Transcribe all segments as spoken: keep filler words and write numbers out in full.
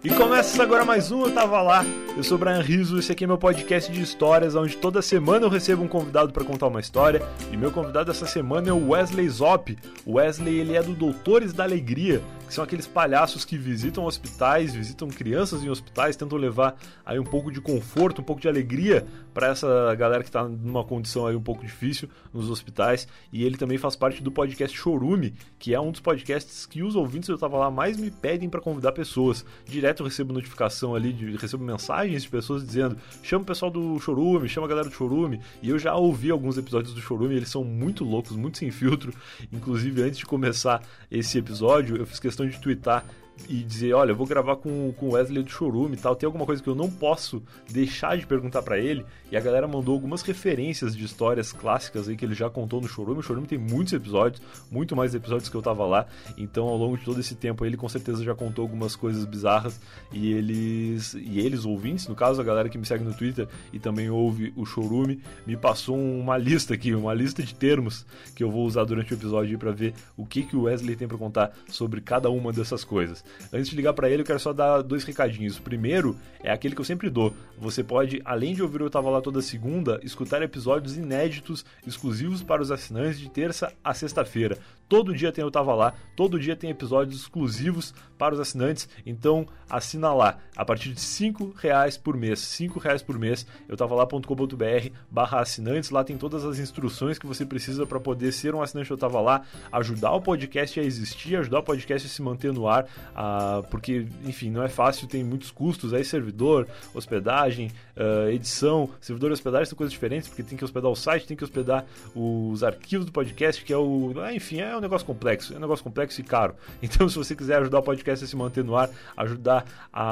E começa agora mais um Eu Tava Lá. Eu sou o Brian Rizzo, esse aqui é meu podcast de histórias, onde toda semana eu recebo um convidado para contar uma história. E meu convidado essa semana é o Wesley Zop. O Wesley, ele é do Doutores da Alegria, que são aqueles palhaços que visitam hospitais, visitam crianças em hospitais, tentam levar aí um pouco de conforto, um pouco de alegria para essa galera que está numa condição aí um pouco difícil nos hospitais. E ele também faz parte do podcast Chorume, que é um dos podcasts que os ouvintes Eu Tava Lá mais me pedem para convidar pessoas. Direto eu recebo notificação ali, de, recebo mensagens de pessoas dizendo: chama o pessoal do Chorume, chama a galera do Chorume. E eu já ouvi alguns episódios do Chorume, eles são muito loucos, muito sem filtro. Inclusive, antes de começar esse episódio, eu fiz questão de twittar e dizer: olha, eu vou gravar com, com o Wesley do Chorume e tal, tem alguma coisa que eu não posso deixar de perguntar pra ele? E a galera mandou algumas referências de histórias clássicas aí que ele já contou no Chorume. O Chorume tem muitos episódios, muito mais episódios que eu tava lá, então ao longo de todo esse tempo ele com certeza já contou algumas coisas bizarras, e eles, e eles ouvintes, no caso a galera que me segue no Twitter e também ouve o Chorume, me passou uma lista aqui, uma lista de termos que eu vou usar durante o episódio aí pra ver o que, que o Wesley tem pra contar sobre cada uma dessas coisas. Antes de ligar pra ele, eu quero só dar dois recadinhos. O primeiro é aquele que eu sempre dou. Você pode, além de ouvir o Eu Tava Lá toda segunda, escutar episódios inéditos, exclusivos para os assinantes de terça a sexta-feira. Todo dia tem Eu Tava Lá, todo dia tem episódios exclusivos para os assinantes, então assina lá, a partir de cinco reais por mês, cinco reais por mês, eu tava lá ponto com ponto b r barra assinantes, lá tem todas as instruções que você precisa para poder ser um assinante Eu Tava Lá, ajudar o podcast a existir, ajudar o podcast a se manter no ar, ah, porque, enfim, não é fácil, tem muitos custos, aí servidor, hospedagem, uh, edição, servidor e hospedagem são coisas diferentes, porque tem que hospedar o site, tem que hospedar os arquivos do podcast, que é o, enfim, é um negócio complexo, é um negócio complexo e caro. Então, se você quiser ajudar o podcast a se manter no ar, ajudar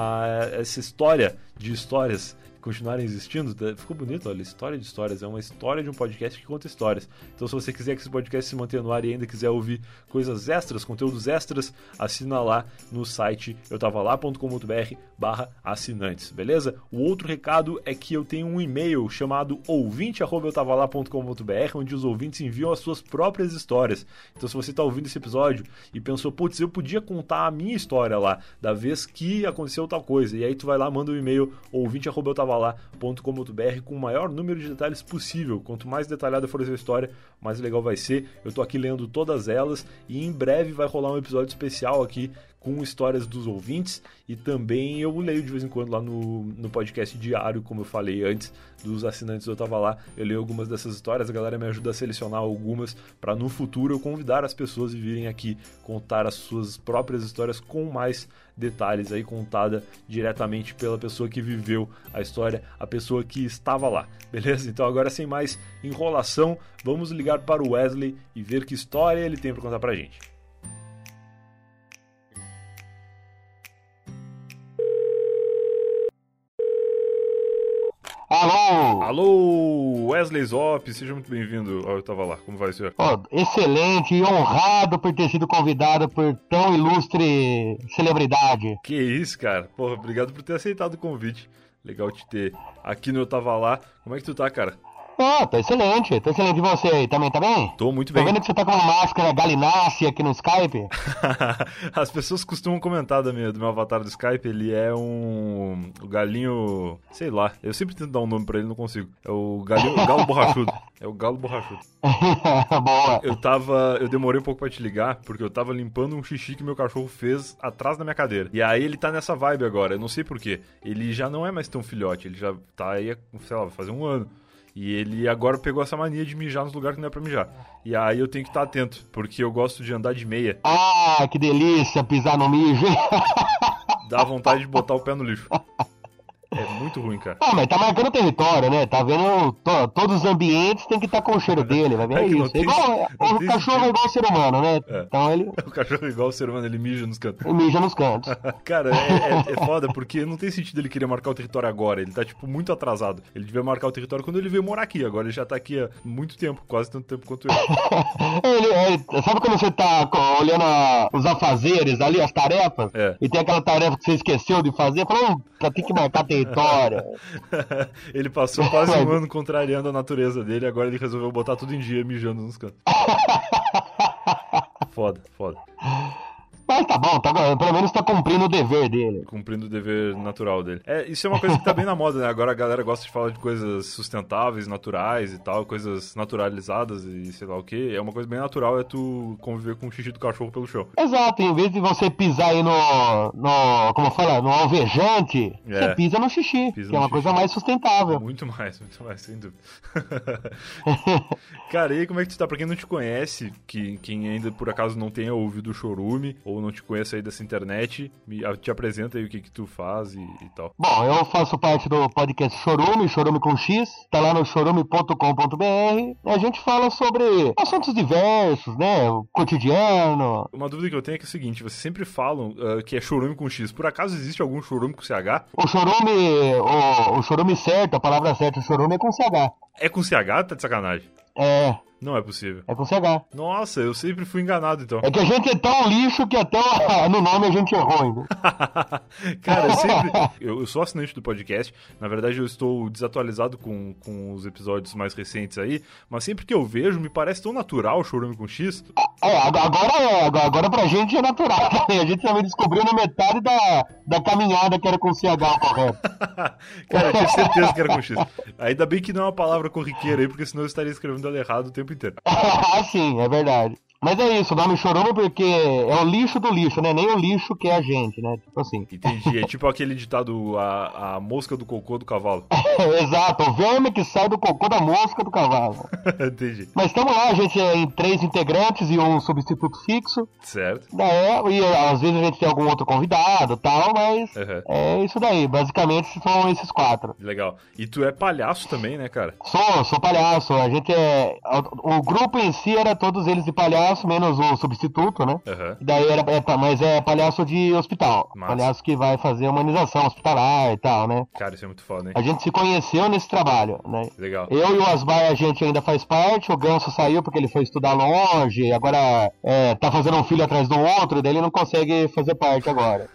a essa história de histórias continuarem existindo, ficou bonito, olha, história de histórias, é uma história de um podcast que conta histórias. Então, se você quiser que esse podcast se mantenha no ar e ainda quiser ouvir coisas extras, conteúdos extras, assina lá no site eu tava lá ponto com ponto b r barra assinantes, beleza? O outro recado é que eu tenho um e-mail chamado ouvinte arroba eu tava lá ponto com ponto b r, onde os ouvintes enviam as suas próprias histórias. Então, se você está ouvindo esse episódio e pensou, putz, eu podia contar a minha história lá, da vez que aconteceu tal coisa, e aí tu vai lá, manda um e-mail ouvinte arroba eu tava lá ponto com ponto b r com o maior número de detalhes possível. Quanto mais detalhada for a sua história, mais legal vai ser. Eu tô aqui lendo todas elas e em breve vai rolar um episódio especial aqui com histórias dos ouvintes, e também eu leio de vez em quando lá no, no podcast diário, como eu falei antes, dos assinantes Eu Tava Lá, eu leio algumas dessas histórias, a galera me ajuda a selecionar algumas para no futuro eu convidar as pessoas a virem aqui contar as suas próprias histórias com mais detalhes, aí contada diretamente pela pessoa que viveu a história, a pessoa que estava lá, beleza? Então agora, sem mais enrolação, vamos ligar para o Wesley e ver que história ele tem para contar pra gente. Alô! Alô, Wesley Zop, seja muito bem-vindo ao Eu Tava Lá, como vai, senhor? Oh, excelente e honrado por ter sido convidado por tão ilustre celebridade. Que isso, cara, porra, obrigado por ter aceitado o convite, legal te ter aqui no Eu Tava Lá. Como é que tu tá, cara? Ah, tá excelente, tá excelente. E você aí, também tá bem? Tô muito bem. Tô vendo que você tá com uma máscara galinácea aqui no Skype. As pessoas costumam comentar do meu, do meu avatar do Skype, ele é um... o galinho... sei lá, eu sempre tento dar um nome pra ele, não consigo. É o galinho, o galo borrachudo. É o galo borrachudo. Boa. Eu tava... eu demorei um pouco pra te ligar, porque eu tava limpando um xixi que meu cachorro fez atrás da minha cadeira. E aí ele tá nessa vibe agora, eu não sei porquê. Ele já não é mais tão filhote, ele já tá aí, sei lá, vai fazer um ano. E ele agora pegou essa mania de mijar nos lugares que não é pra mijar. E aí eu tenho que estar atento, porque eu gosto de andar de meia. Ah, que delícia pisar no mijo. Dá vontade de botar o pé no lixo. É muito ruim, cara. Ah, mas tá marcando território, né? Tá vendo? To, todos os ambientes tem que estar com o cheiro dele, vai ver É que não isso. tem- Igual, não o tem cachorro sentido. é igual o ser humano, né? É. Então ele O cachorro é igual o ser humano, ele mija nos cantos. mija nos cantos. Cara, é, é, é foda, porque não tem sentido ele querer marcar o território agora. Ele tá, tipo, muito atrasado. Ele devia marcar o território quando ele veio morar aqui. Agora ele já tá aqui há muito tempo, quase tanto tempo quanto eu. Ele, ele- sabe quando você tá co- olhando a- os afazeres ali, as tarefas, É. e tem aquela tarefa que você esqueceu de fazer, fala, hum, tem que marcar território. Ele passou quase um ano contrariando a natureza dele, agora ele resolveu botar tudo em dia, mijando nos cantos. Foda, foda. Mas Mas tá bom, tá, pelo menos tá cumprindo o dever dele. Cumprindo o dever natural dele. É, isso é uma coisa que tá bem na moda, né? Agora a galera gosta de falar de coisas sustentáveis, naturais e tal, coisas naturalizadas e sei lá o que. É uma coisa bem natural, é tu conviver com o xixi do cachorro pelo chão. Exato, em vez de você pisar aí no, no como fala, no alvejante, é. você pisa no xixi, pisa que é uma xixi. Coisa mais sustentável. Muito mais, muito mais, sem dúvida. Cara, e aí como é que tu tá? Pra quem não te conhece, que, quem ainda por acaso não tenha ouvido o Chorume, ou não te conhece aí dessa internet, me, te apresenta aí o que que tu faz e, e tal. Bom, eu faço parte do podcast Chorume, Chorume com X, tá lá no chorume ponto com ponto b r, e a gente fala sobre assuntos diversos, né, o cotidiano. Uma dúvida que eu tenho é que é o seguinte, vocês sempre falam uh, que é Chorume com X, por acaso existe algum Chorume com C H? O Chorume, o, o Chorume certo, a palavra certa, o Chorume é com C H. É com C H? Tá de sacanagem? É. Não é possível. É com C H. Nossa, eu sempre fui enganado, então. É que a gente é tão lixo que até no nome a gente errou ainda. Cara, eu sempre... Eu, eu sou assinante do podcast. Na verdade, eu estou desatualizado com, com os episódios mais recentes aí. Mas sempre que eu vejo, me parece tão natural o Chorume com X. É, agora é. Agora pra gente é natural. A gente também descobriu na metade da, da caminhada que era com C H correto. Cara, eu tinha certeza que era com X. Ainda bem que não é uma palavra corriqueira aí, porque senão eu estaria escrevendo ela errado o tempo inteiro. Ah, sim, é verdade. Mas é isso, o nome Chorume porque é o lixo do lixo, né? Nem o lixo que é a gente, né? Tipo assim. Entendi, é tipo aquele ditado, a, a mosca do cocô do cavalo. Exato, o verme que sai do cocô da mosca do cavalo. Entendi. Mas estamos lá, a gente é em três integrantes e um substituto fixo. Certo. É, e às vezes a gente tem algum outro convidado e tal, mas uhum. é isso daí, basicamente são esses quatro. Legal. E tu é palhaço também, né, cara? Sou, sou palhaço, a gente é... O grupo em si era todos eles de palhaço, menos o substituto, né? Uhum. Daí era, é, mas é palhaço de hospital. Massa. Palhaço que vai fazer humanização hospitalar e tal, né? Cara, isso é muito foda, hein? A gente se conheceu nesse trabalho, né? Legal. Eu e o Asbar, a gente ainda faz parte, o Ganso saiu porque ele foi estudar longe, agora é, tá fazendo um filho atrás do outro, daí ele não consegue fazer parte agora.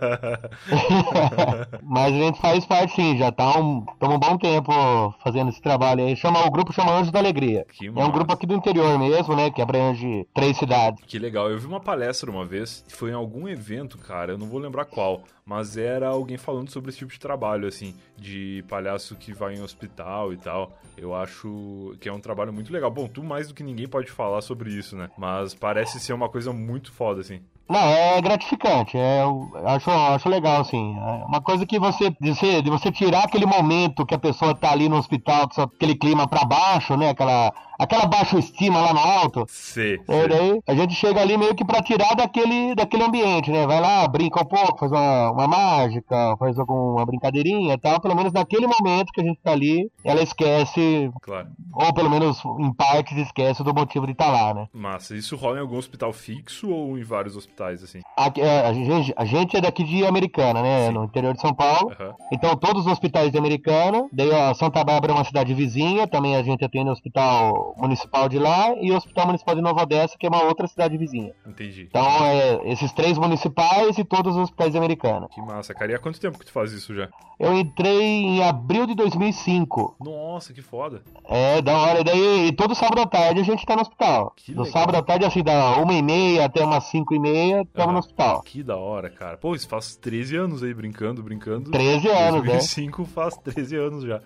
Mas a gente faz parte sim, já tá um, um bom tempo fazendo esse trabalho aí. Chama, o grupo chama Anjos da Alegria. Que é massa. Um grupo aqui do interior mesmo, né? Que abrange três cidades. Que legal. Eu vi uma palestra uma vez, foi em algum evento, cara, eu não vou lembrar qual, mas era alguém falando sobre esse tipo de trabalho, assim, de palhaço que vai em hospital e tal. Eu acho que é um trabalho muito legal. Bom, tu mais do que ninguém pode falar sobre isso, né? Mas parece ser uma coisa muito foda, assim. Não, é gratificante, é, eu acho, acho legal, assim, é uma coisa que você de, você, de você tirar aquele momento que a pessoa tá ali no hospital, aquele clima pra baixo, né, aquela, aquela baixa estima lá no alto. Sim, é, sim. Daí a gente chega ali meio que pra tirar daquele, daquele ambiente, né, vai lá, brinca um pouco, faz uma, uma mágica, faz alguma brincadeirinha e tal, pelo menos naquele momento que a gente tá ali, ela esquece, claro. Ou pelo menos em partes esquece do motivo de estar tá lá, né. Massa, isso rola em algum hospital fixo ou em vários hospitais? Assim. A, a, gente, a gente é daqui de Americana, né? Sim. No interior de São Paulo. Uhum. Então, todos os hospitais de Americana. Daí, a Santa Bárbara é uma cidade vizinha. Também a gente atende o Hospital Municipal de lá e o Hospital Municipal de Nova Odessa, que é uma outra cidade vizinha. Entendi. Então, é esses três municipais e todos os hospitais de Americana. Que massa, cara. E há quanto tempo que tu faz isso já? Eu entrei em abril de dois mil e cinco. Nossa, que foda. É, da hora. E daí, todo sábado à tarde a gente tá no hospital. Que no legal. Sábado à tarde, assim, da uma e meia até umas cinco e meia, estamos uhum. no hospital. Que da hora, cara. Pô, isso faz treze anos aí, brincando, brincando. treze anos, dois mil e cinco, né? Faz treze anos já.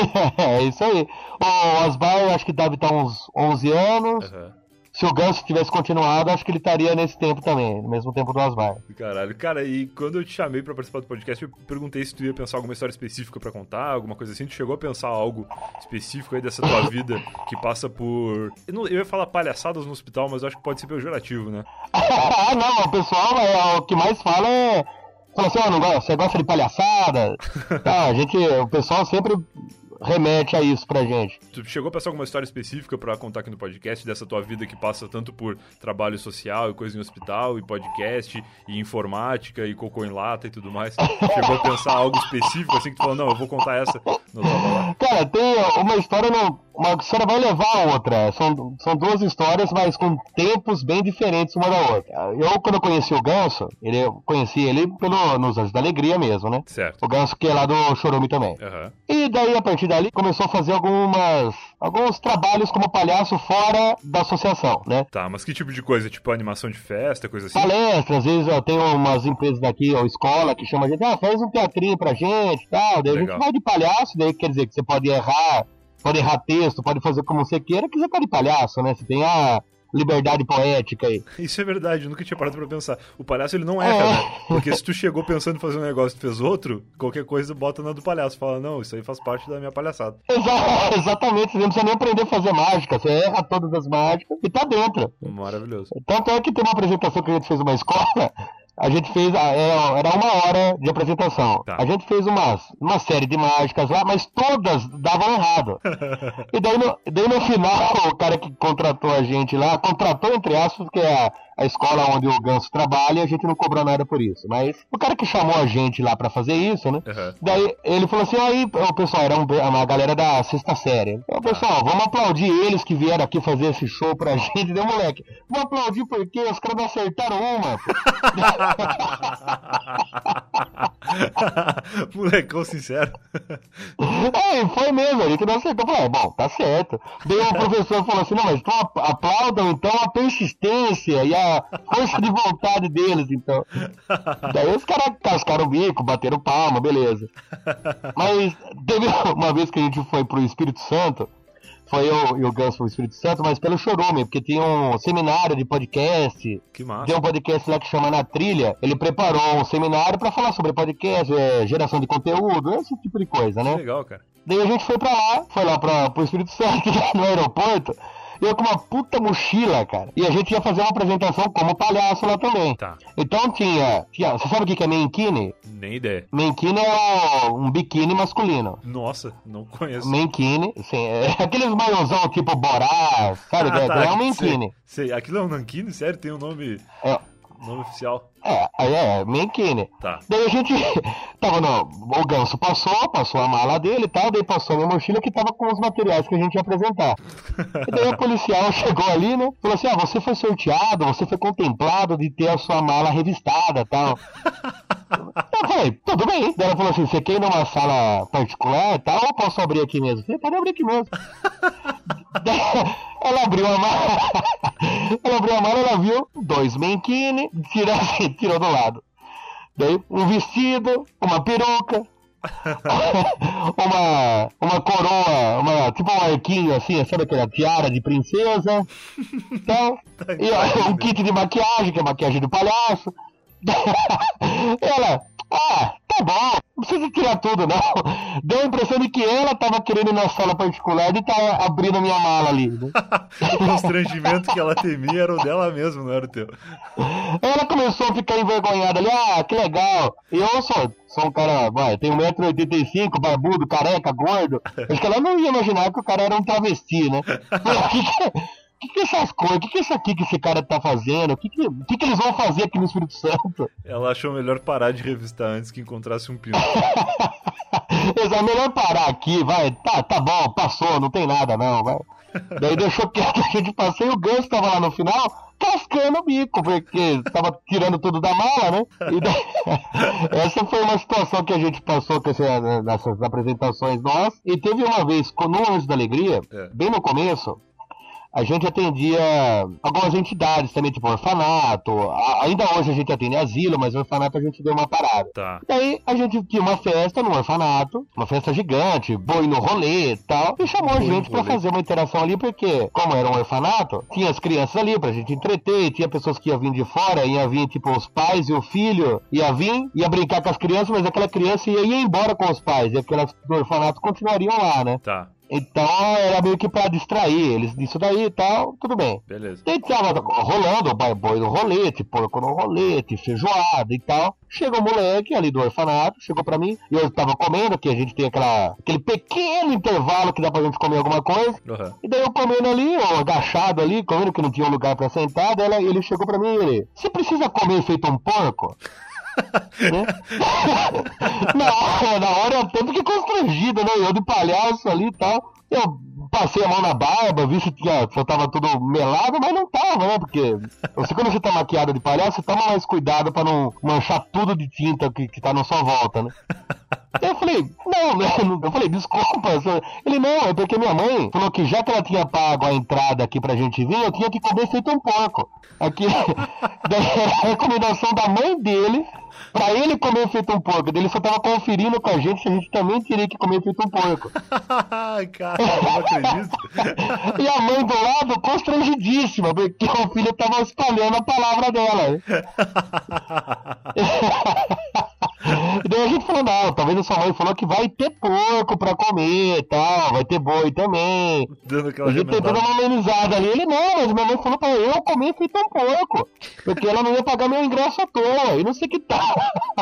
É isso aí. O Asbar, eu acho que deve estar uns onze anos. Uhum. Se o Ganso tivesse continuado, acho que ele estaria nesse tempo também, no mesmo tempo do Asbar. Caralho. Cara, e quando eu te chamei pra participar do podcast, eu perguntei se tu ia pensar alguma história específica pra contar, alguma coisa assim. Tu chegou a pensar algo específico aí dessa tua vida que passa por... Eu, não, eu ia falar palhaçadas no hospital, mas eu acho que pode ser pejorativo, né? Ah, não, o pessoal, é, o que mais fala é... Fala assim, oh, não gosta, você gosta de palhaçada? Tá, a gente, o pessoal sempre... remete a isso pra gente. Tu chegou a pensar alguma história específica pra contar aqui no podcast dessa tua vida que passa tanto por trabalho social e coisa em hospital, e podcast, e informática, e cocô em lata e tudo mais? Chegou a pensar algo específico assim que tu falou, não, eu vou contar essa no trabalho? Cara, tem uma história, não, uma história vai levar a outra. São, são duas histórias, mas com tempos bem diferentes uma da outra. Eu, quando eu conheci o Ganso, ele, eu conheci ele pelo, nos Anjos da Alegria mesmo, né? Certo. O Ganso que é lá do Chorume também. Uhum. E daí, a partir dali, começou a fazer algumas, alguns trabalhos como palhaço fora da associação, né? Tá, mas que tipo de coisa? Tipo animação de festa, coisa assim? Palestra, às vezes eu tenho umas empresas daqui, ou escola, que chama a gente, ah, faz um teatrinho pra gente e tal. Daí Legal. A gente vai de palhaço, daí quer dizer que você pode errar, pode errar texto, pode fazer como você queira, que você tá de palhaço, né? Você tem a liberdade poética aí. Isso é verdade, eu nunca tinha parado pra pensar. O palhaço, ele não erra, é. né? Porque se tu chegou pensando em fazer um negócio e fez outro, qualquer coisa bota na do palhaço. Fala, não, isso aí faz parte da minha palhaçada. Exa- exatamente, você não precisa nem aprender a fazer mágica. Você erra todas as mágicas e tá dentro. Maravilhoso. Tanto é que tem uma apresentação que a gente fez numa escola. A gente fez, era uma hora de apresentação. Tá. A gente fez uma, uma série de mágicas lá, mas todas davam errado. E daí no, daí no final, o cara que contratou a gente lá, contratou entre aspas, porque é a, a escola onde o Ganso trabalha, e a gente não cobrou nada por isso. Mas o cara que chamou a gente lá pra fazer isso, né? Uhum. Daí ele falou assim, aí, o pessoal, era um, uma galera da sexta série. Então, pessoal, vamos aplaudir eles que vieram aqui fazer esse show pra gente. Deu, moleque, vamos aplaudir porque os caras não acertaram uma. Molecão sincero. É, foi mesmo, a gente não acertou. Eu falei, bom, tá certo. Daí o professor falou assim, não, mas então aplaudam então a persistência e a força de vontade deles, então. Daí os caras cascaram o bico, bateram palma, beleza. Mas teve uma vez que a gente foi pro Espírito Santo, foi eu e o Ganso pro Espírito Santo, mas pelo Chorume, porque tinha um seminário de podcast. Que massa. Tem um podcast lá que chama Na Trilha. Ele preparou um seminário pra falar sobre podcast, é, geração de conteúdo, esse tipo de coisa, né? Que legal, cara. Daí a gente foi pra lá, foi lá pra, pro Espírito Santo, no aeroporto. Eu com uma puta mochila, cara. E a gente ia fazer uma apresentação como palhaço lá também. Tá. Então tinha, tinha... Você sabe o que é mankini? Nem ideia. Mankini é um biquíni masculino. Nossa, não conheço. Mankini, sim. É aqueles maiôzão tipo Borá, sabe? Ah, é, tá, é um mankini. Sei, sei. Aquilo é um nankini? Sério? Tem um nome... É. Nome oficial. É, aí é, mankini. Tá. Daí a gente tava no... O Ganso passou, passou a mala dele e tal, daí passou a minha mochila que tava com os materiais que a gente ia apresentar. E daí a policial chegou ali, né? Falou assim, ah, você foi sorteado, você foi contemplado de ter a sua mala revistada e tal. Eu falei, tudo bem. Daí ela falou assim, você quer ir numa sala particular e tal, ou posso abrir aqui mesmo? Eu falei, pode abrir aqui mesmo. Daí ela abriu a mala, ela abriu a mala, ela viu dois mankini, tirou, assim, tirou do lado. Daí um vestido, uma peruca, uma, uma coroa, uma, tipo um arquinho assim, sabe aquela tiara de princesa, então, e ó, um kit de maquiagem, que é maquiagem do palhaço. Ela, ah, tá bom, não precisa tirar tudo não. Deu a impressão de que ela tava querendo ir na sala particular e tá abrindo a minha mala ali, né? O constrangimento que ela temia era o dela mesmo, não era o teu. Ela começou a ficar envergonhada ali, ah, que legal. E eu sou, sou um cara, vai, tenho um metro e oitenta e cinco, barbudo, careca, gordo. Acho que ela não ia imaginar que o cara era um travesti, né? O que que... O que, que é essas coisas? O que, que é isso aqui que esse cara tá fazendo? O que, que, o que, que eles vão fazer aqui no Espírito Santo? Ela achou melhor parar de revistar antes que encontrasse um pino. Exato, melhor parar aqui, vai. Tá, tá bom, passou, não tem nada não, vai. Daí deixou quieto, a gente passou e o Ganso tava lá no final cascando o bico, porque tava tirando tudo da mala, né? E daí, essa foi uma situação que a gente passou com essa, nessas apresentações nossas. E teve uma vez, no Anjos da Alegria, é. bem no começo, a gente atendia algumas entidades também, tipo orfanato. Ainda hoje a gente atende asilo, mas orfanato a gente deu uma parada. Tá. Daí a gente tinha uma festa no orfanato, uma festa gigante, boi no rolê e tal, e chamou boi a gente pra fazer uma interação ali, porque, como era um orfanato, tinha as crianças ali pra gente entreter, e tinha pessoas que iam vir de fora, ia vir tipo os pais e o filho, ia vir, ia brincar com as crianças, mas aquela criança ia, ia embora com os pais, e aquelas do orfanato continuariam lá, né? Tá. Então era meio que pra distrair eles disso daí e tal, tudo bem. Beleza. Daí tava rolando o boi no rolete, porco no rolete, feijoada e tal. Chegou o moleque ali do orfanato, chegou pra mim, e eu tava comendo, que a gente tem aquela, aquele pequeno intervalo que dá pra gente comer alguma coisa. Uhum. E daí eu comendo ali, ó, agachado ali, comendo que não tinha um lugar pra sentar, daí ela, ele chegou pra mim e ele, você precisa comer feito um porco? Né? na, hora, na hora eu tanto que constrangido, né? Eu de palhaço ali e tal. Eu passei a mão na barba, vi se tinha, se eu tava tudo melado, mas não tava, né? Porque você, quando você tá maquiado de palhaço, você toma mais cuidado pra não manchar tudo de tinta que, que tá na sua volta, né? Aí eu falei, não, né? Eu falei, desculpa. Ele, não, é porque minha mãe falou que já que ela tinha pago a entrada aqui pra gente vir, eu tinha que comer feito um porco. Aqui, daí era a recomendação da mãe dele pra ele comer feito um porco. Ele só tava conferindo com a gente se a gente também teria que comer feito um porco. Cara, eu não acredito. E a mãe do lado constrangidíssima, porque o filho tava espalhando a palavra dela. E daí a gente falou, não, talvez a sua mãe falou que vai ter porco pra comer e tal, vai ter boi também. Dando aquela a gente tentando uma amenizada ali. Ele, não, mas minha mãe falou pra eu comer feito um porco, porque ela não ia pagar meu ingresso à toa, e não sei que tal.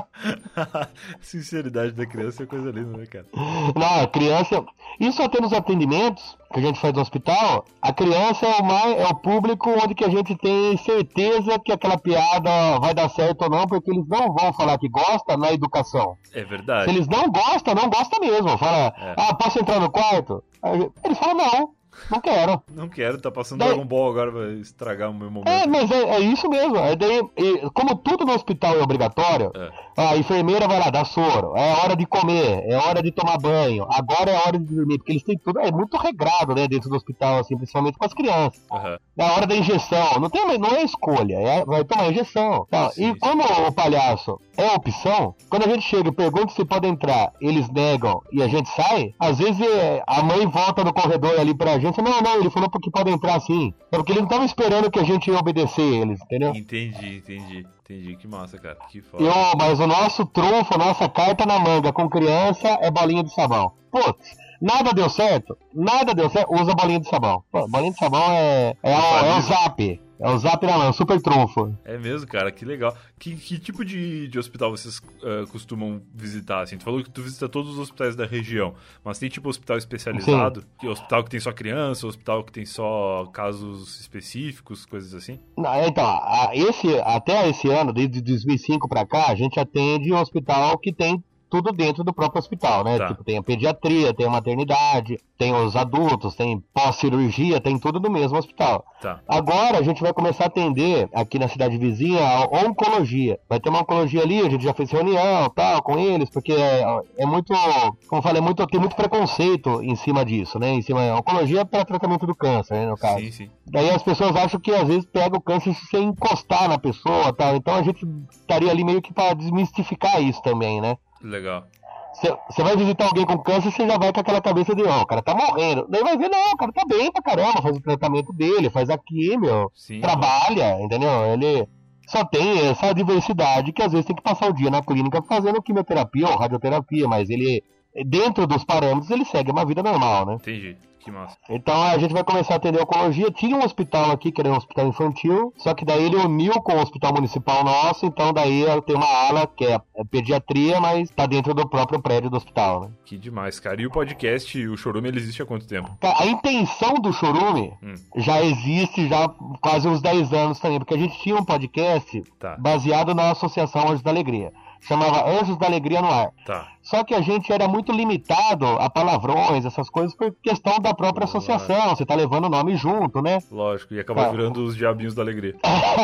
Sinceridade da criança é coisa linda, né, cara? Não, a criança... Isso até nos atendimentos que a gente faz no hospital, a criança é o, mais, é o público onde que a gente tem certeza que aquela piada vai dar certo ou não, porque eles não vão falar que gosta na educação. É verdade. Se eles não gostam, não gostam mesmo. Fala, é. ah, posso entrar no quarto? Eles falam, não. Não quero. Não quero, tá passando daí... Dragon Ball agora, vai estragar o meu momento. É, mas é, é isso mesmo. É daí, e, como tudo no hospital é obrigatório, é. A enfermeira vai lá, dá soro, é hora de comer, é hora de tomar banho, agora é hora de dormir, porque eles têm tudo, é muito regrado, né, dentro do hospital, assim, principalmente com as crianças. Uhum. É a hora da injeção, não, tem, não é escolha, é, vai tomar injeção. Tá? Sim, e sim. Como o palhaço é opção, quando a gente chega e pergunta se pode entrar, eles negam e a gente sai, às vezes a mãe volta no corredor ali pra gente, não, não, ele falou que pode entrar sim. É porque ele não tava esperando que a gente ia obedecer eles, entendeu? Entendi, entendi. Entendi, que massa, cara. Que foda. Eu, mas o nosso trunfo, a nossa carta na manga com criança é bolinha de sabão. Putz, nada deu certo? Nada deu certo? Usa bolinha de sabão. Pô, bolinha de sabão é, é, o, é o zap. É o zap na mão, é o super trunfo. É mesmo, cara, que legal. Que, que tipo de, de hospital vocês uh, costumam visitar? Assim, tu falou que tu visita todos os hospitais da região, mas tem tipo hospital especializado? Que, hospital que tem só criança, hospital que tem só casos específicos, coisas assim? Não, então, esse, até esse ano, desde dois mil e cinco pra cá, a gente atende um hospital que tem tudo dentro do próprio hospital, né? Tá. Tipo, tem a pediatria, tem a maternidade, tem os adultos, tem pós-cirurgia, tem tudo no mesmo hospital. Tá. Agora a gente vai começar a atender aqui na cidade vizinha a oncologia. Vai ter uma oncologia ali, a gente já fez reunião tal, com eles, porque é, é muito, como eu falei, é muito, tem muito preconceito em cima disso, né? Em cima, a oncologia é para tratamento do câncer, né, no caso. Sim, sim. Daí as pessoas acham que às vezes pega o câncer sem encostar na pessoa, tal. Então a gente estaria ali meio que para desmistificar isso também, né? Legal. Você vai visitar alguém com câncer, você já vai com aquela cabeça de, ó, oh, o cara tá morrendo. Daí vai ver, não, o cara tá bem pra caramba, faz o tratamento dele, faz a químio, Sim, trabalha, bom. Entendeu? Ele só tem essa diversidade que às vezes tem que passar o dia na clínica fazendo quimioterapia ou radioterapia, mas ele, dentro dos parâmetros, ele segue uma vida normal, né? Entendi. Que massa. Então a gente vai começar a atender a oncologia. Tinha um hospital aqui, que era um hospital infantil, só que daí ele uniu com o hospital municipal nosso, então daí tem uma ala que é a pediatria, mas tá dentro do próprio prédio do hospital, né? Que demais, cara. E o podcast, o Chorume, ele existe há quanto tempo? A intenção do Chorume hum. já existe já quase uns dez anos também, porque a gente tinha um podcast tá. baseado na Associação Anjos da Alegria. Chamava Anjos da Alegria no Ar. Tá. Só que a gente era muito limitado a palavrões, essas coisas, por questão da própria associação. Você tá levando o nome junto, né? Lógico, e acaba tá. virando os diabinhos da alegria.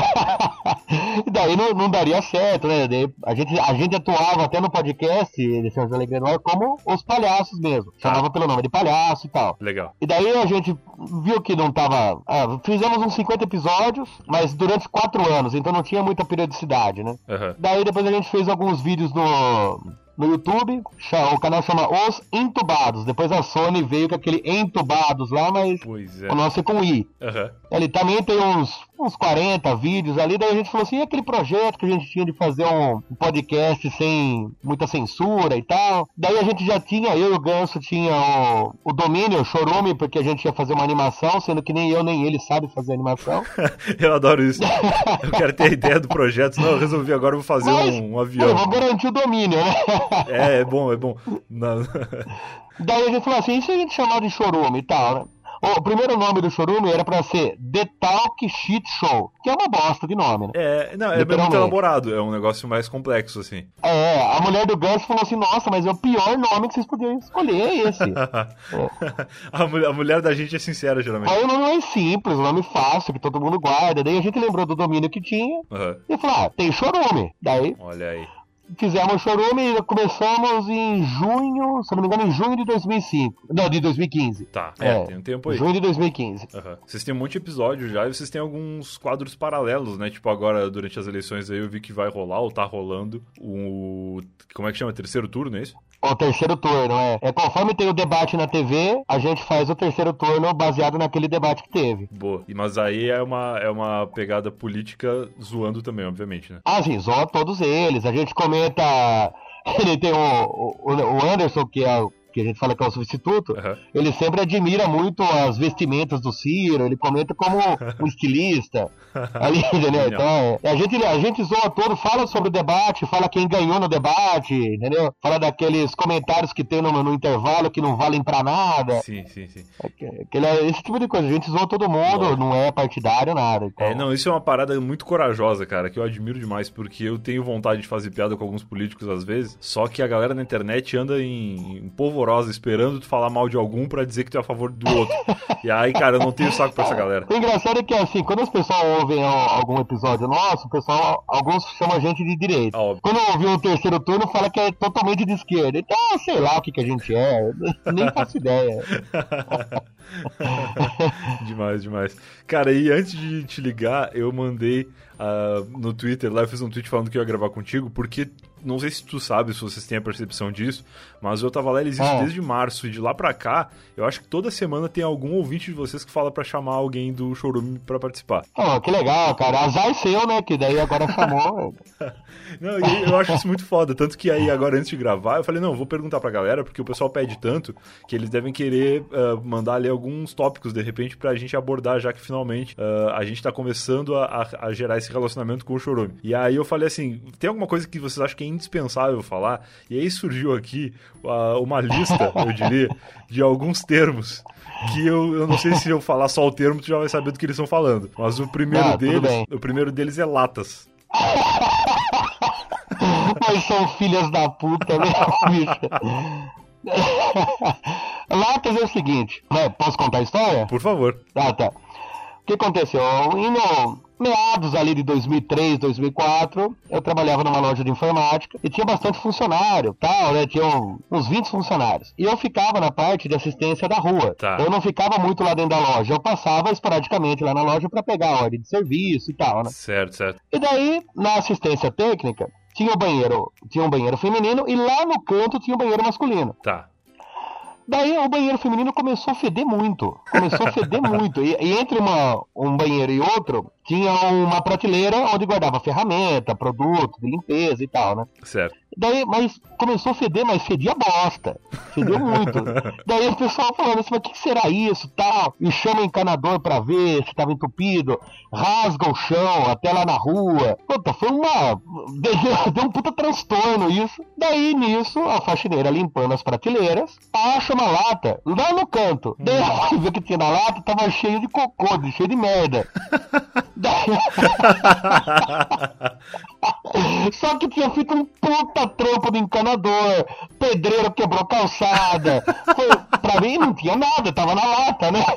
E daí não, não daria certo, né? Daí a, gente, a gente atuava até no podcast desse Anjos da Alegria no Ar como os palhaços mesmo. Chamava tá. pelo nome de palhaço e tal. Legal. E daí a gente viu que não tava... Ah, fizemos uns cinquenta episódios, mas durante quatro anos, então não tinha muita periodicidade, né? Uhum. Daí depois a gente fez alguns vídeos no... no YouTube, o canal chama Os Entubados. Depois a Sony veio com aquele Entubados lá, mas é. o nosso é com I. Uhum. Ele também tem uns, uns quarenta vídeos ali. Daí a gente falou assim, e aquele projeto que a gente tinha de fazer um, um podcast sem muita censura e tal. Daí a gente já tinha, eu e o Ganso tinha o, o domínio, o Chorume, porque a gente ia fazer uma animação, sendo que nem eu nem ele sabe fazer animação. Eu adoro isso. Eu quero ter a ideia do projeto, senão eu resolvi agora eu vou fazer mas, um, um avião. Eu vou garantir o domínio, né? É, é bom, é bom. Não. Daí a gente falou assim, e se a gente chamar de Chorume e tal, né? O primeiro nome do Chorume era pra ser The Talk Shit Show, que é uma bosta de nome, né? É, não, é muito elaborado, é um negócio mais complexo, assim. É, a mulher do Gus falou assim, nossa, mas é o pior nome que vocês podiam escolher, é esse. é. a, mulher, a mulher da gente é sincera, geralmente. Aí o nome é simples, o nome fácil, que todo mundo guarda. Daí a gente lembrou do domínio que tinha uhum. e falou, ah, tem Chorume. Daí... Olha aí. Fizemos o Chorume e começamos em junho, se não me engano, em junho de dois mil e cinco. Não, de dois mil e quinze. Tá, é, é tem um tempo aí. Junho de dois mil e quinze. Uhum. Vocês têm um monte de episódio já e vocês têm alguns quadros paralelos, né? Tipo, agora, durante as eleições aí, eu vi que vai rolar, ou tá rolando, o... Como é que chama? Terceiro turno, é isso? O terceiro turno, é. É conforme tem o debate na T V, a gente faz o terceiro turno baseado naquele debate que teve. Boa. Mas aí é uma, é uma pegada política zoando também, obviamente, né? Ah, sim, zoa todos eles. A gente comenta... Ele tem o, o, o Anderson, que é o que a gente fala que é o substituto, uhum. ele sempre admira muito as vestimentas do Ciro, ele comenta como um estilista, ali, entendeu? Então, a gente, a gente zoa todo, fala sobre o debate, fala quem ganhou no debate, entendeu? Fala daqueles comentários que tem no, no intervalo que não valem pra nada. Sim, sim, sim. Aquele, esse tipo de coisa, a gente zoa todo mundo, Lógico. Não é partidário, nada. Então... É, não, isso é uma parada muito corajosa, cara, que eu admiro demais, porque eu tenho vontade de fazer piada com alguns políticos às vezes, só que a galera na internet anda em, em polvorosa esperando tu falar mal de algum pra dizer que tu é a favor do outro. E aí, cara, eu não tenho saco pra essa galera. O engraçado é que, assim, quando as pessoas ouvem algum episódio nosso, o pessoal, alguns chamam a gente de direita. Óbvio. Quando ouvem o terceiro turno, fala que é totalmente de esquerda. Então, sei lá o que, que a gente é. Nem faço ideia. Demais, demais. Cara, e antes de te ligar, eu mandei uh, no Twitter, lá eu fiz um tweet falando que eu ia gravar contigo, porque não sei se tu sabe, se vocês têm a percepção disso, mas o Tava Lá ele existe ah. desde março, e de lá pra cá, eu acho que toda semana tem algum ouvinte de vocês que fala pra chamar alguém do Chorume pra participar. Oh, que legal, cara. Azar seu, né? Que daí agora chamou. Não, eu acho isso muito foda, tanto que aí agora antes de gravar, eu falei, não, eu vou perguntar pra galera, porque o pessoal pede tanto, que eles devem querer uh, mandar ali alguns tópicos, de repente, pra gente abordar, já que finalmente uh, a gente tá começando a, a, a gerar esse relacionamento com o Chorume. E aí eu falei assim, tem alguma coisa que vocês acham que é indispensável falar? E aí surgiu aqui uh, uma lista, eu diria, de alguns termos que eu, eu não sei se eu falar só o termo, tu já vai saber do que eles estão falando. Mas o primeiro ah, deles, o primeiro deles é latas. Mas são filhas da puta, né, bicho? Latas é o seguinte, né? Posso contar a história? Por favor. Ah, tá. O que aconteceu? Em meados ali de dois mil e três, dois mil e quatro, eu trabalhava numa loja de informática e tinha bastante funcionário, tal, né? Tinha uns vinte funcionários. E eu ficava na parte de assistência da rua. Tá. Eu não ficava muito lá dentro da loja, eu passava esporadicamente lá na loja para pegar a ordem de serviço e tal, né? Certo, certo. E daí, na assistência técnica, tinha o banheiro, tinha um banheiro feminino e lá no canto tinha o banheiro masculino. Tá. Daí o banheiro feminino começou a feder muito. Começou a feder muito. E, e entre uma, um banheiro e outro, tinha uma prateleira onde guardava ferramenta, produto de limpeza e tal, né? Certo. Daí, mas começou a feder, mas fedia bosta. Fedeu muito. Daí o pessoal falando assim, mas o que será isso, tal? E chama o encanador pra ver se tava entupido. Rasga o chão até lá na rua. Puta, foi uma... Deu, deu um puta transtorno isso. Daí, nisso, a faxineira limpando as prateleiras, acha uma lata lá no canto. Hum. Daí ela viu que tinha na lata, tava cheio de cocô, cheio de merda. Daí... Só que tinha feito um puta trampo de encanador, pedreiro quebrou calçada. Foi, pra mim não tinha nada, tava na lata, né?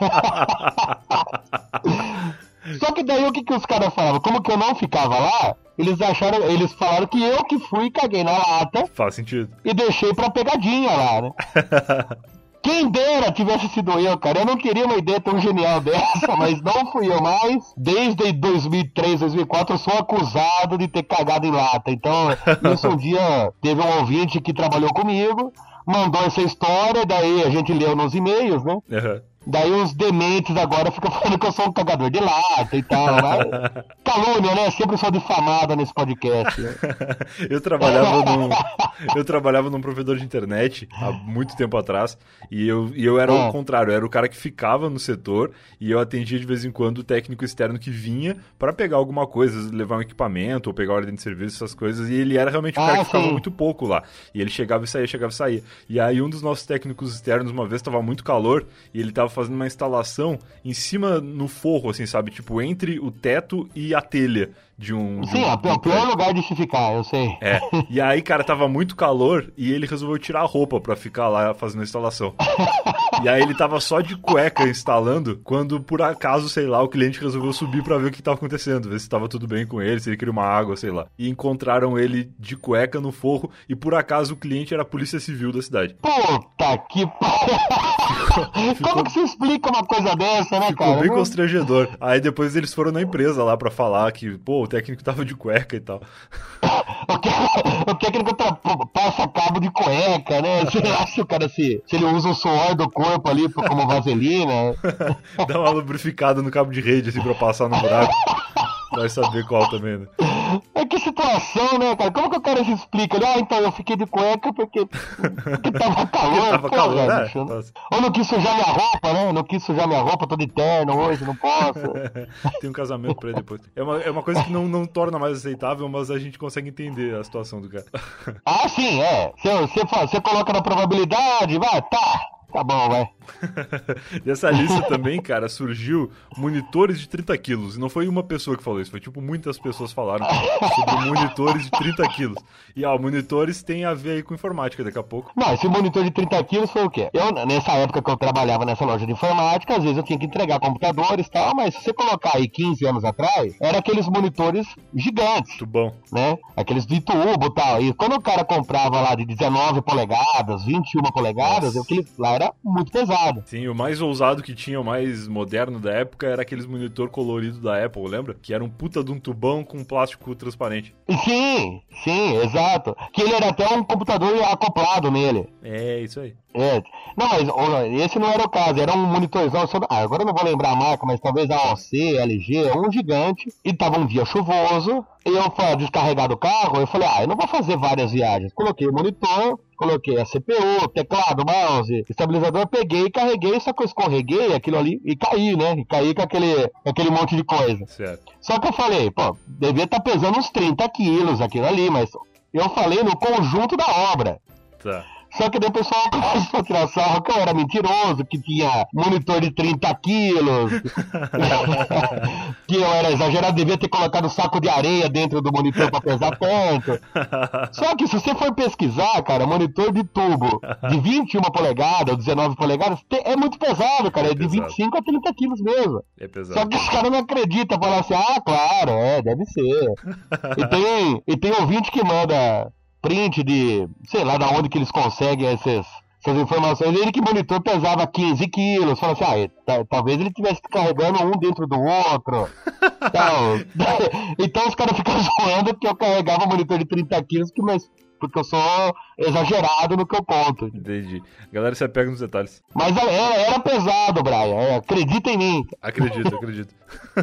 Só que daí o que, que os caras falavam? Como que eu não ficava lá, eles acharam, eles falaram que eu que fui e caguei na lata. Faz sentido. E deixei pra pegadinha lá, né? Quem dera tivesse sido eu, cara. Eu não queria uma ideia tão genial dessa, mas não fui eu mais. Desde dois mil e três, dois mil e quatro, eu sou acusado de ter cagado em lata. Então, isso um dia teve um ouvinte que trabalhou comigo, mandou essa história, daí a gente leu nos e-mails, né? Uhum. Daí os dementes agora ficam falando que eu sou um cagador de lata e tal. Mas... Calúnia, né? Sempre sou difamada nesse podcast. Né? eu, trabalhava num, eu trabalhava num provedor de internet há muito tempo atrás e eu, e eu era ah. o contrário. Eu era o cara que ficava no setor e eu atendia de vez em quando o técnico externo que vinha para pegar alguma coisa, levar um equipamento ou pegar ordem de serviço, essas coisas. E ele era realmente o cara ah, que ficava sim. muito pouco lá. E ele chegava e saía, chegava e saía. E aí um dos nossos técnicos externos uma vez estava muito calor e ele estava fazendo uma instalação em cima, no forro, assim, sabe? Tipo, entre o teto e a telha de um... Sim, de um, é o pior lugar de se ficar, eu sei. É, e aí, cara, tava muito calor e ele resolveu tirar a roupa pra ficar lá fazendo a instalação. E aí ele tava só de cueca instalando, quando por acaso, sei lá, o cliente resolveu subir pra ver o que tava acontecendo, ver se tava tudo bem com ele, se ele queria uma água, sei lá. E encontraram ele de cueca no forro e por acaso o cliente era a polícia civil da cidade. Puta que pariu! Como que se explica uma coisa dessa, né, ficou cara? Ficou bem Não... constrangedor. Aí depois eles foram na empresa lá pra falar que, pô, o técnico tava de cueca e tal. O técnico passa cabo de cueca, né? Você acha, cara, se, se ele usa o suor do corpo ali como vaselina? Dá uma lubrificada no cabo de rede, assim, pra passar no buraco. Vai saber qual também, né? É que situação, né, cara? Como que o cara se explica? Ele, ah, então eu fiquei de cueca porque, porque tava calor. Tava pô, calor, velho, né? bicho, né? Ou não quis sujar minha roupa, né? Não quis sujar minha roupa, tô de terno hoje, não posso. Tem um casamento pra ele depois. É uma, é uma coisa que não, não torna mais aceitável, mas a gente consegue entender a situação do cara. Ah, sim, é. Você, você, você coloca na probabilidade, vai, tá. Tá bom, vai. Dessa lista também, cara, surgiu monitores de trinta quilos. E não foi uma pessoa que falou isso, foi tipo muitas pessoas falaram sobre monitores de trinta quilos. E ó, monitores tem a ver aí com informática daqui a pouco. Não, esse monitor de trinta quilos foi o quê? Eu, nessa época que eu trabalhava nessa loja de informática, às vezes eu tinha que entregar computadores e tal, mas se você colocar aí quinze anos atrás, era aqueles monitores gigantes. Muito bom. Né? Aqueles de tubo e tal. E quando o cara comprava lá de dezenove polegadas, vinte e uma polegadas, aquele lá era muito pesado. Sim, o mais ousado que tinha, o mais moderno da época, era aqueles monitor colorido da Apple, lembra? Que era um puta de um tubão com plástico transparente. Sim, sim, exato. Que ele era até um computador acoplado nele. É, isso aí. É. Não, mas esse não era o caso, era um monitorzão. Ah, agora eu não vou lembrar a marca, mas talvez a O C, L G, um gigante. E tava um dia chuvoso. E eu fui descarregar do carro. Eu falei, ah, eu não vou fazer várias viagens. Coloquei o monitor, coloquei a C P U, teclado, mouse, estabilizador. Peguei e carreguei, só que eu escorreguei aquilo ali e caí, né? E caí com aquele, aquele monte de coisa. Certo. Só que eu falei, pô, devia estar tá pesando uns trinta quilos aquilo ali, mas eu falei no conjunto da obra. Tá. Só que daí o pessoal começou a tirar sarro que eu era mentiroso, que tinha monitor de trinta quilos, que eu era exagerado, devia ter colocado saco de areia dentro do monitor pra pesar tanto. Só que se você for pesquisar, cara, monitor de tubo de vinte e uma polegadas ou dezenove polegadas, é muito pesado, cara, é, é de vinte e cinco a trinta quilos mesmo. É pesado. Só que os caras não acreditam, falam assim, ah, claro, é, deve ser. E tem, e tem ouvinte que manda print de, sei lá, da onde que eles conseguem essas, essas informações. Ele que monitor pesava quinze quilos, fala assim, ah, tá, talvez ele estivesse carregando um dentro do outro. Então, então os caras ficam zoando porque eu carregava monitor de trinta quilos, que, mas, porque eu sou exagerado no que eu conto. Entendi. Galera, você pega nos detalhes. Mas era, era pesado, Brian. Acredita em mim. Acredito, acredito.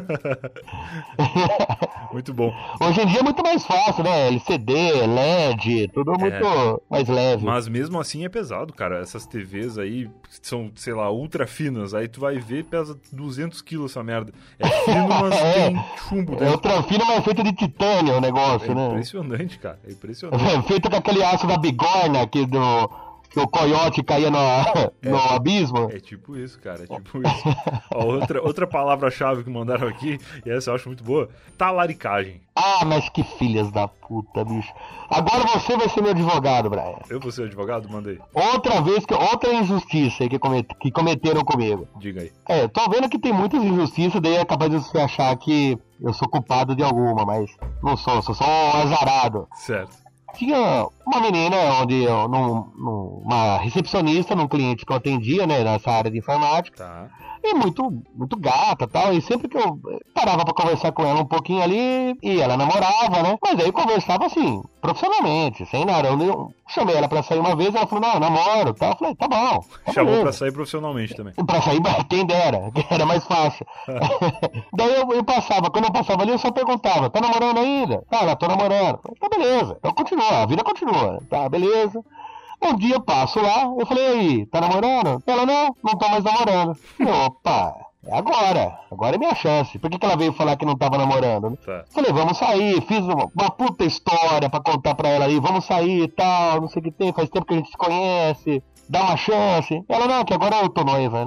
Muito bom. Hoje em dia é muito mais fácil, né? L C D, L E D, tudo muito é, mais leve. Mas mesmo assim é pesado, cara. Essas T Vs aí são, sei lá, ultra finas. Aí tu vai ver, pesa duzentos quilos essa merda. É fino, mas é, tem chumbo dentro. É ultra fino, mas é feito de titânio o negócio, é né? É impressionante, cara. É impressionante. É feito com aquele aço da bigorna aqui do... que o coiote caía no, é, no abismo. É tipo isso, cara, é tipo isso. Ó, outra, outra palavra-chave que mandaram aqui, e essa eu acho muito boa, talaricagem. Ah, mas que filhas da puta, bicho. Agora você vai ser meu advogado, Brian. Eu vou ser o advogado? Mandei. Outra vez, que outra injustiça aí que, comet, que cometeram comigo. Diga aí. É, tô vendo que tem muitas injustiças, daí é capaz de você achar que eu sou culpado de alguma, mas não sou, sou só um azarado. Certo. Tinha uma menina onde eu, num, num, uma recepcionista num cliente que eu atendia, né, nessa área de informática. Tá. E muito, muito gata e tal. E sempre que eu parava pra conversar com ela um pouquinho ali, e ela namorava, né? Mas aí eu conversava assim, profissionalmente, sem nada. Eu, eu chamei ela pra sair uma vez, ela falou, não, eu namoro e tal. Eu falei, tá bom. Tá Chamou beleza. Pra sair profissionalmente também. Pra sair, quem dera, era mais fácil. Daí eu, eu passava, quando eu passava ali, eu só perguntava, tá namorando ainda? Tá, ela tô namorando. Tá, beleza. Então continua, a vida continua. Tá, beleza. Um dia eu passo lá, eu falei, e aí, tá namorando? Ela, não, não tô mais namorando. Eu, opa, é agora, agora é minha chance. Por que, que ela veio falar que não tava namorando? Tá. Falei, vamos sair, fiz uma, uma puta história pra contar pra ela aí, vamos sair e tal, não sei o que tem, faz tempo que a gente se conhece, dá uma chance. Ela, não, que agora eu tô noiva, né?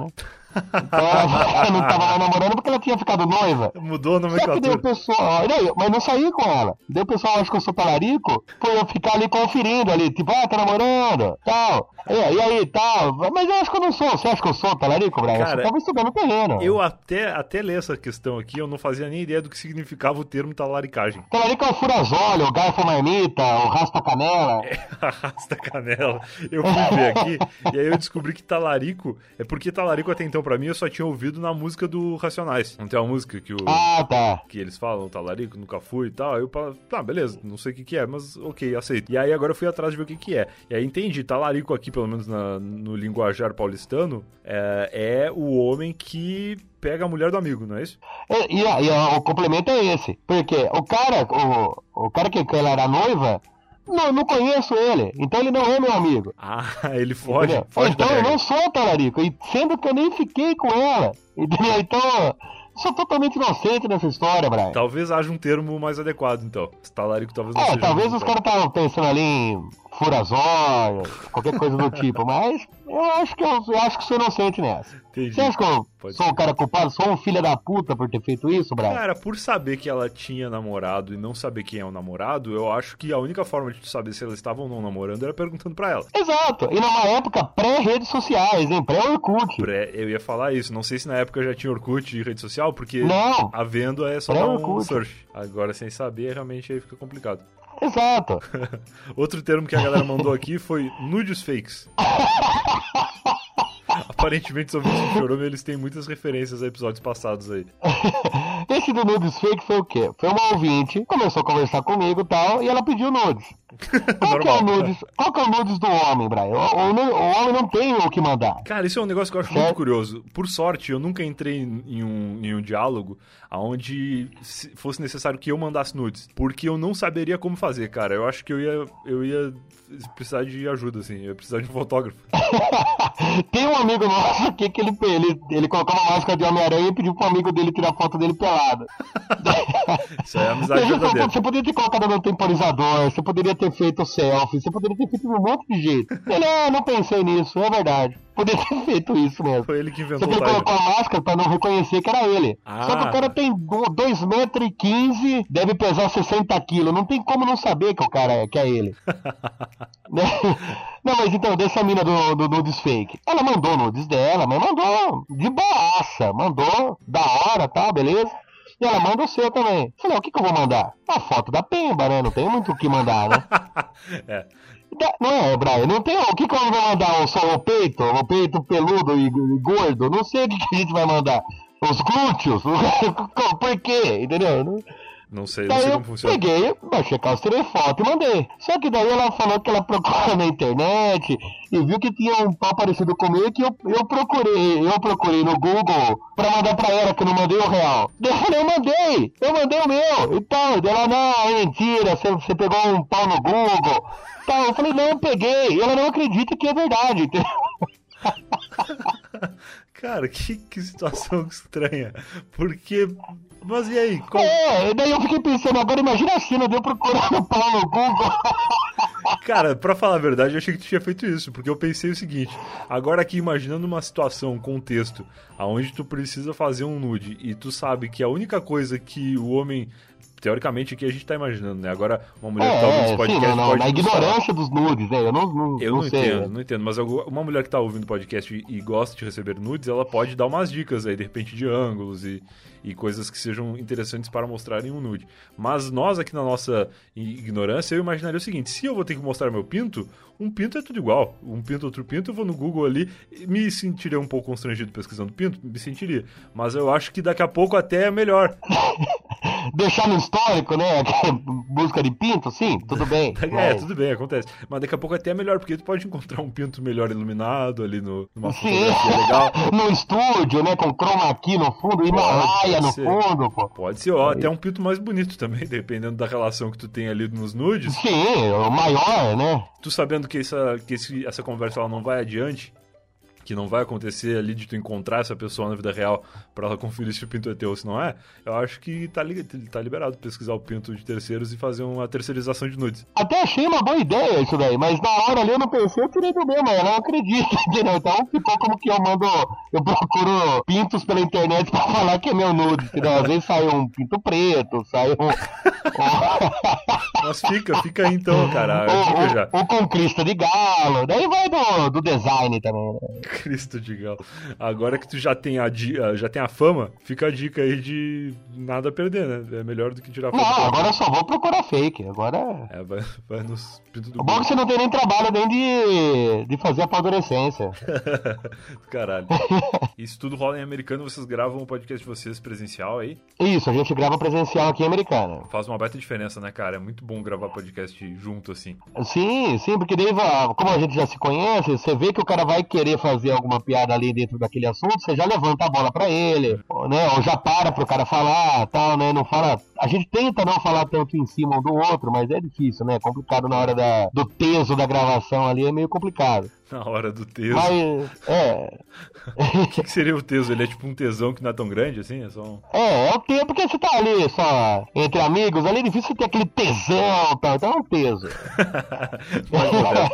Então ela não tava mais namorando porque ela tinha ficado noiva. Mudou a nomenclatura. Só que daí o pessoal, mas não saí com ela. Daí o pessoal acha que eu sou talarico, foi eu ficar ali conferindo ali, tipo, ah, tá namorando, tal. E, e aí, tal. Mas eu acho que eu não sou. Você acha que eu sou talarico, Brian? Cara, eu só tava estudando o terreno. Eu até, até ler essa questão aqui, eu não fazia nem ideia do que significava o termo talaricagem. Talarico é o furazóleo, o garfo marmita, o raspa-canela. É, arrasta-canela. Eu fui ver aqui, e aí eu descobri que talarico, é porque talarico até então pra mim eu só tinha ouvido na música do Racionais. Não tem uma música que o... Ah, tá. Que eles falam, talarico, nunca fui e tal. Aí eu falo, tá, beleza, não sei o que que é, mas ok, aceito. E aí agora eu fui atrás de ver o que que é. E aí entendi, talarico aqui, pelo menos na, no linguajar paulistano, é, é o homem que pega a mulher do amigo, não é isso? E, e, e o complemento é esse, porque o cara, o, o cara que ela era noiva, não, não conheço ele, então ele não é meu amigo. Ah, ele foge, entendeu? foge Então da eu regra. não sou talarico, e sendo que eu nem fiquei com ela, entendeu? Então... Sou totalmente inocente nessa história, Brian. Talvez haja um termo mais adequado, então. Talarico talvez não é, seja. É, talvez os caras estavam pensando ali em furazóio, qualquer coisa do tipo, mas eu acho que eu, eu acho que sou inocente nessa. Entendi. Você acha que eu Pode sou ser. um cara culpado? Sou um filho da puta por ter feito isso, Brian? Cara, por saber que ela tinha namorado e não saber quem é o namorado, eu acho que a única forma de tu saber se elas estavam ou não namorando era perguntando pra ela. Exato. E numa época pré-redes sociais, hein? Pré-Orkut. Pré, eu ia falar isso. Não sei se na época já tinha Orkut e rede social, porque Não. havendo é só dar um Pré-Orkut. search. Agora, sem saber, realmente aí fica complicado. Exato. Outro termo que a galera mandou aqui foi nudes fakes. Aparentemente, os ouvintes do Chorume, eles têm muitas referências a episódios passados aí. Esse do nudes fake foi o quê? Foi uma ouvinte, começou a conversar comigo e tal, e ela pediu nudes. Qual que é o nudes, qual que é o nudes do homem, Brian? O, o, o homem não tem o que mandar. Cara, isso é um negócio que eu acho Certo. muito curioso. Por sorte, eu nunca entrei em um, em um diálogo onde fosse necessário que eu mandasse nudes. Porque eu não saberia como fazer, cara. Eu acho que eu ia, eu ia precisar de ajuda, assim. Eu ia precisar de um fotógrafo. Tem um amigo nosso aqui que ele, ele, ele colocou uma máscara de Homem-Aranha e pediu pro amigo dele tirar foto dele pelado. Isso aí é amizade verdadeira. Você poderia ter colocado no temporizador, você poderia ter feito selfie, você poderia ter feito de um monte de jeito. Ele, ah, não pensei nisso, é verdade. Poderia ter feito isso mesmo. Foi ele que inventou Só que ele o colocou a máscara pra não reconhecer que era ele. Ah. Só que o cara tem dois metros e quinze, deve pesar sessenta quilos. Não tem como não saber que o cara é, que é ele. Né? Não, mas então, dessa mina do, do nudes fake. Ela mandou nudes dela, mas mandou de boaça. Mandou da hora, tá, beleza? E ela manda o seu também. Falei, o que que eu vou mandar? A foto da pemba, né? Não tem muito o que mandar, né? É. Não é, Brian, não tem o que que eu vou mandar? Só o peito? O peito peludo e gordo? Não sei o que, que a gente vai mandar. Os glúteos? Por quê? Entendeu? Não... Não sei, não Daí sei eu como funciona. peguei, baixei a calça, tirei foto e mandei. Só que daí ela falou que ela procurou na internet e viu que tinha um pau parecido com o meu, que eu, eu procurei, eu procurei no Google pra mandar pra ela, que eu não mandei o real. Daí eu falei, eu mandei, eu mandei o meu. Então, daí ela, não, é mentira, você, você pegou um pau no Google. Então, eu falei, não, eu peguei. E ela não acredita que é verdade. Cara, que, que situação estranha. Porque... Mas e aí? Qual... É, daí eu fiquei pensando, agora imagina a cena de eu procurando o pau no Google. Cara, pra falar a verdade, eu achei que tu tinha feito isso, porque eu pensei o seguinte, agora aqui imaginando uma situação, um contexto, onde tu precisa fazer um nude, e tu sabe que a única coisa que o homem... Teoricamente, aqui a gente tá imaginando, né? Agora, uma mulher é, que tá ouvindo esse podcast sim, não, pode... Na ignorância dos nudes, né? Eu não, não, Eu não, não sei. entendo, né? não entendo. Mas uma mulher que tá ouvindo o podcast e, e gosta de receber nudes, ela pode dar umas dicas aí, de repente, de ângulos e, e coisas que sejam interessantes para mostrarem um nude. Mas nós, aqui na nossa ignorância, eu imaginaria o seguinte, se eu vou ter que mostrar meu pinto, um pinto é tudo igual. Um pinto, outro pinto, eu vou no Google ali, me sentiria um pouco constrangido pesquisando pinto, me sentiria. Mas eu acho que daqui a pouco até é melhor. Deixar no histórico, né? Busca de pinto, sim, tudo bem. É, mas... tudo bem, acontece. Mas daqui a pouco até é melhor, porque tu pode encontrar um pinto melhor iluminado ali no, numa Sim, fotografia legal. no estúdio, né? Com chroma key no fundo, Himalaia no ser. fundo, pô. Pode ser, ó, até um pinto mais bonito também, dependendo da relação que tu tem ali nos nudes. Sim, o maior, né? Tu sabendo que essa, que esse, essa conversa ela não vai adiante, que não vai acontecer ali de tu encontrar essa pessoa na vida real pra ela conferir se o pinto é teu ou se não é, eu acho que tá, li- tá liberado pesquisar o pinto de terceiros e fazer uma terceirização de nudes. Até achei uma boa ideia isso daí, mas na hora ali eu não pensei, eu tirei do meu, mas eu não acredito, entendeu? Então ficou como que eu mando, eu procuro pintos pela internet pra falar que é meu nude, entendeu? Às vezes sai um pinto preto, sai um... Mas fica, fica aí então, cara, ou, dica já. Ou com crista de galo, daí vai do, do design também, né? Cristo de galo. Agora que tu já tem a, di- já tem a fama, fica a dica aí de nada a perder, né? É melhor do que tirar foto. Não, agora eu só vou procurar fake, agora... É, vai, vai nos pintos do O bom é que você não tem nem trabalho nem de, de fazer a paldurecência. Caralho. Isso tudo rola em americano, vocês gravam o podcast de vocês presencial aí? Isso, a gente grava presencial aqui em Americana. Faz uma baita diferença, né, cara? É muito bom gravar podcast junto, assim. Sim, sim, porque daí, como a gente já se conhece, você vê que o cara vai querer fazer alguma piada ali dentro daquele assunto, você já levanta a bola pra ele, né? Ou já para pro cara falar, tal, né? Não fala... A gente tenta não falar tanto em cima um do outro, mas é difícil, né? É complicado na hora da, do teso da gravação ali, é meio complicado. Na hora do teso. Mas, é... O que, que seria o teso? Ele é tipo um tesão que não é tão grande, assim? É só um... É, é o teso, porque você tá ali só entre amigos, ali é difícil você ter aquele tesão e tal, então é um teso. Mais moderno.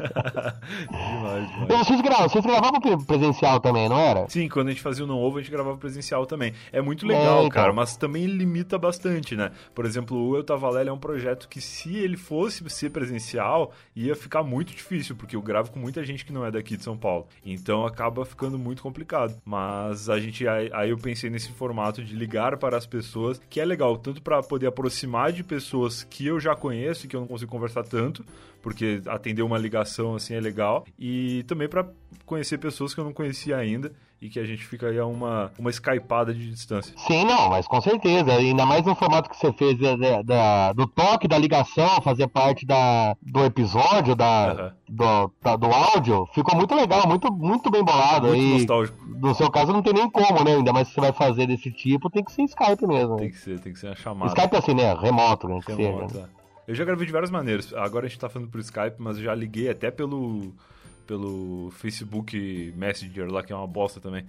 Demais, demais. Vocês, gra... Vocês gravavam presencial também, não era? Sim, quando a gente fazia o Não Ovo, a gente gravava presencial também. É muito legal, é, então. cara, mas também limita bastante, né? Por exemplo, o Eu Tava Lá é um projeto que, se ele fosse ser presencial, ia ficar muito difícil, porque eu gravo com muita gente que não é daqui de São Paulo. Então acaba ficando muito complicado. Mas a gente aí, aí eu pensei nesse formato de ligar para as pessoas, que é legal, tanto para poder aproximar de pessoas que eu já conheço e que eu não consigo conversar tanto, porque atender uma ligação assim é legal, e também para conhecer pessoas que eu não conhecia ainda e que a gente fica aí a uma, uma skypada de distância. Sim, não, mas com certeza, ainda mais no formato que você fez da, da, do toque, da ligação, fazer parte da, do episódio, da, uhum. do, da, do áudio, ficou muito legal, muito, muito bem bolado. Muito e nostálgico. No seu caso não tem nem como, né? Ainda mais se você vai fazer desse tipo, tem que ser Skype mesmo. Tem que ser, tem que ser uma chamada. Skype assim, né? Remoto, né? Que Remoto, seja. É. Eu já gravei de várias maneiras. Agora a gente tá falando por Skype, mas eu já liguei até pelo, pelo Facebook Messenger lá, que é uma bosta também.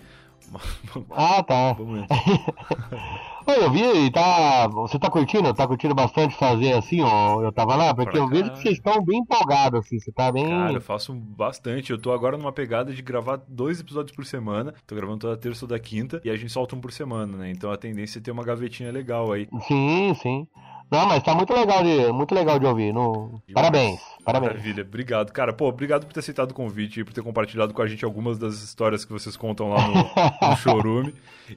Ah, tá. Oi, eu vi, tá, você tá curtindo? Tá curtindo bastante fazer assim, ó, eu tava lá? Porque eu vejo que vocês estão bem empolgados, assim, você tá bem... Cara, eu faço bastante. Eu tô agora numa pegada de gravar dois episódios por semana. Tô gravando toda terça ou da quinta, e a gente solta um por semana, né? Então a tendência é ter uma gavetinha legal aí. Sim, sim. Não, mas tá muito legal de, muito legal de ouvir. No... Parabéns, parabéns. Maravilha, obrigado. Cara, pô, obrigado por ter aceitado o convite e por ter compartilhado com a gente algumas das histórias que vocês contam lá no, no Chorume.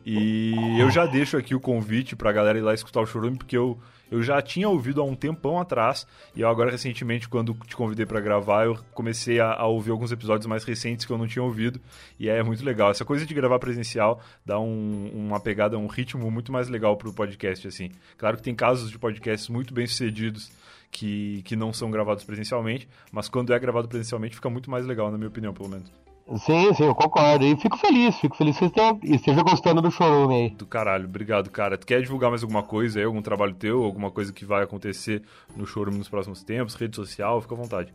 E eu já deixo aqui o convite pra galera ir lá escutar o Chorume, porque eu, eu já tinha ouvido há um tempão atrás, e eu agora, recentemente, quando te convidei pra gravar, eu comecei a, a ouvir alguns episódios mais recentes que eu não tinha ouvido, e é muito legal. Essa coisa de gravar presencial dá um, uma pegada, um ritmo muito mais legal pro podcast, assim. Claro que tem casos de podcasts muito bem sucedidos que, que não são gravados presencialmente, mas quando é gravado presencialmente fica muito mais legal, na minha opinião, pelo menos. Sim, sim, eu concordo. E fico feliz, fico feliz que você tenha, esteja gostando do Chorume aí. Do caralho, obrigado, cara. Tu quer divulgar mais alguma coisa aí, algum trabalho teu, alguma coisa que vai acontecer no Chorume nos próximos tempos, rede social, fica à vontade.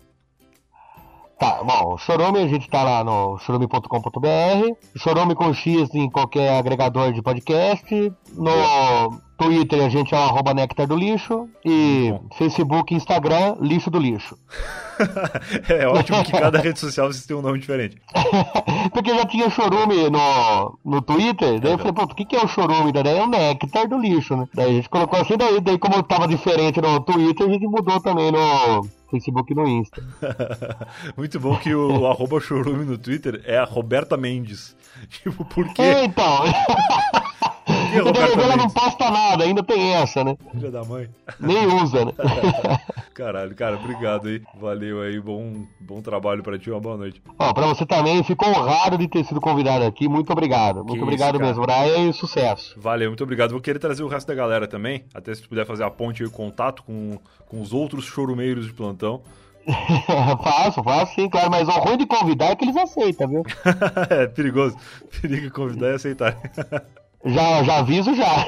Tá, bom, o Chorume a gente tá lá no chorume ponto com ponto b r, Chorume com X em qualquer agregador de podcast, no Twitter a gente é o arroba Néctar do Lixo, e Facebook e Instagram, Lixo do Lixo. É ótimo que cada rede social vocês têm um nome diferente. Porque já tinha Chorume no, no Twitter, daí é, eu falei, pô, o que, que é o Chorume? Daí é o Néctar do Lixo, né? Daí a gente colocou assim, daí, daí como tava diferente no Twitter, a gente mudou também no Facebook e no Insta. Muito bom que o, o arroba Chorume no Twitter é a Roberta Mendes. Tipo, por quê? É, então... Ela não posta nada, ainda tem essa, né? Filha da mãe. Nem usa, né? Caralho, cara, obrigado aí. Valeu aí, bom, bom trabalho pra ti, uma boa noite. Ó, pra você também, fico honrado de ter sido convidado aqui. Muito obrigado. Muito que obrigado isso, mesmo, Brian, e sucesso. Valeu, muito obrigado. Vou querer trazer o resto da galera também, até se tu puder fazer a ponte aí, o contato com, com os outros chorumeiros de plantão. faço, faço sim, claro, mas o ruim de convidar é que eles aceitam, viu? É perigoso. Perigo convidar e aceitar. Já, já aviso já.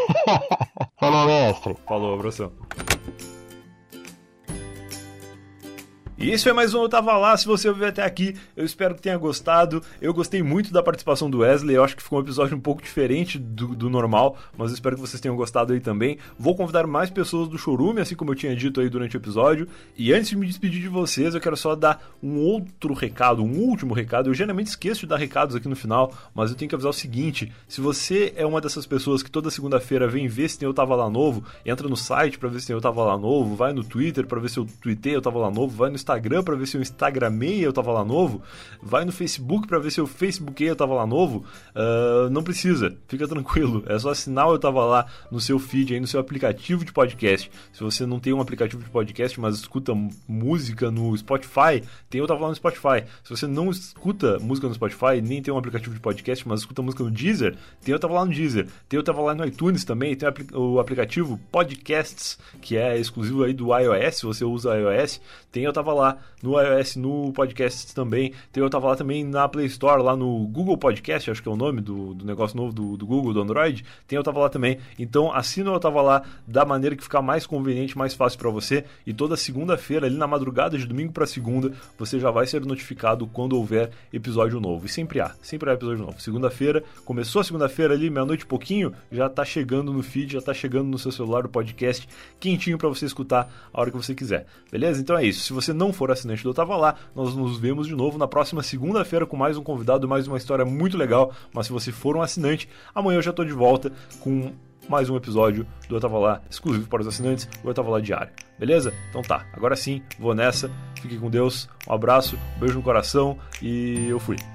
Falou, mestre. Falou, abração. E esse foi mais um Eu Tava Lá. Se você ouviu até aqui, eu espero que tenha gostado. Eu gostei muito da participação do Wesley. Eu acho que ficou um episódio um pouco diferente do, do normal, mas eu espero que vocês tenham gostado aí também. Vou convidar mais pessoas do Chorume, assim como eu tinha dito aí durante o episódio. E antes de me despedir de vocês, eu quero só dar um outro recado, um último recado. Eu geralmente esqueço de dar recados aqui no final, mas eu tenho que avisar o seguinte: se você é uma dessas pessoas que toda segunda-feira vem ver se tem Eu Tava Lá novo, entra no site pra ver se tem Eu Tava Lá novo, vai no Twitter pra ver se eu tuitei Eu Tava Lá novo, vai no Instagram pra ver se eu instagramei Eu Tava Lá novo, vai no Facebook pra ver se eu facebookei Eu Tava Lá novo, uh, não precisa, fica tranquilo, é só assinar Eu Tava Lá no seu feed, aí no seu aplicativo de podcast. Se você não tem um aplicativo de podcast, mas escuta música no Spotify, tem Eu Tava Lá no Spotify. Se você não escuta música no Spotify, nem tem um aplicativo de podcast, mas escuta música no Deezer, tem Eu Tava Lá no Deezer, tem Eu Tava Lá no iTunes também, tem o aplicativo Podcasts, que é exclusivo aí do iOS, se você usa iOS, tem Eu Tava Lá no iOS, no Podcasts também, tem Eu Tava Lá também na Play Store, lá no Google Podcast, acho que é o nome do, do negócio novo do, do Google, do Android, tem Eu Tava Lá também. Então assina Eu Tava Lá da maneira que ficar mais conveniente, mais fácil para você, e toda segunda-feira, ali na madrugada de domingo para segunda, você já vai ser notificado quando houver episódio novo, e sempre há, sempre há episódio novo. Segunda-feira, começou a segunda-feira ali, meia-noite e pouquinho, já tá chegando no feed, já tá chegando no seu celular o podcast, quentinho para você escutar a hora que você quiser, beleza? Então é isso. Se você não for assinante do Eu Tava Lá, nós nos vemos de novo na próxima segunda-feira com mais um convidado, mais uma história muito legal. Mas se você for um assinante, amanhã eu já tô de volta com mais um episódio do Eu Tava Lá, exclusivo para os assinantes, o Eu Tava Lá diário, beleza? Então tá, agora sim, vou nessa, fique com Deus, um abraço, um beijo no coração e eu fui.